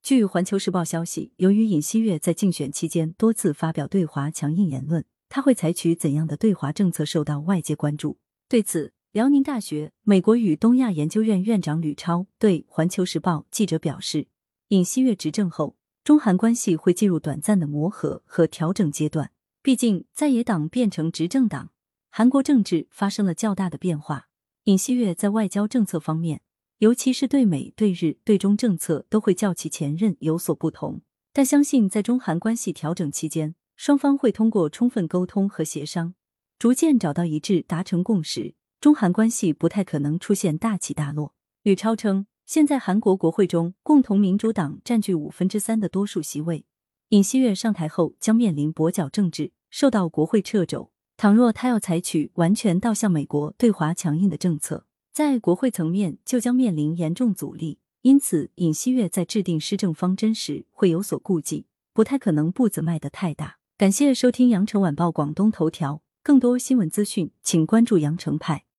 据环球时报消息，由于尹锡悦在竞选期间多次发表对华强硬言论，他会采取怎样的对华政策受到外界关注。对此，辽宁大学美国与东亚研究院院长吕超对环球时报记者表示，尹锡悦执政后，中韩关系会进入短暂的磨合和调整阶段。毕竟在野党变成执政党，韩国政治发生了较大的变化。尹锡悦在外交政策方面，尤其是对美、对日、对中政策都会较其前任有所不同。但相信在中韩关系调整期间，双方会通过充分沟通和协商，逐渐找到一致，达成共识，中韩关系不太可能出现大起大落。吕超称，现在韩国国会中共同民主党占据3%的多数席位，尹锡悦上台后将面临跛脚政治，受到国会掣肘。倘若他要采取完全倒向美国对华强硬的政策，在国会层面就将面临严重阻力，因此尹锡悦在制定施政方针时会有所顾忌，不太可能步子迈得太大。感谢收听羊城晚报广东头条，更多新闻资讯请关注羊城派。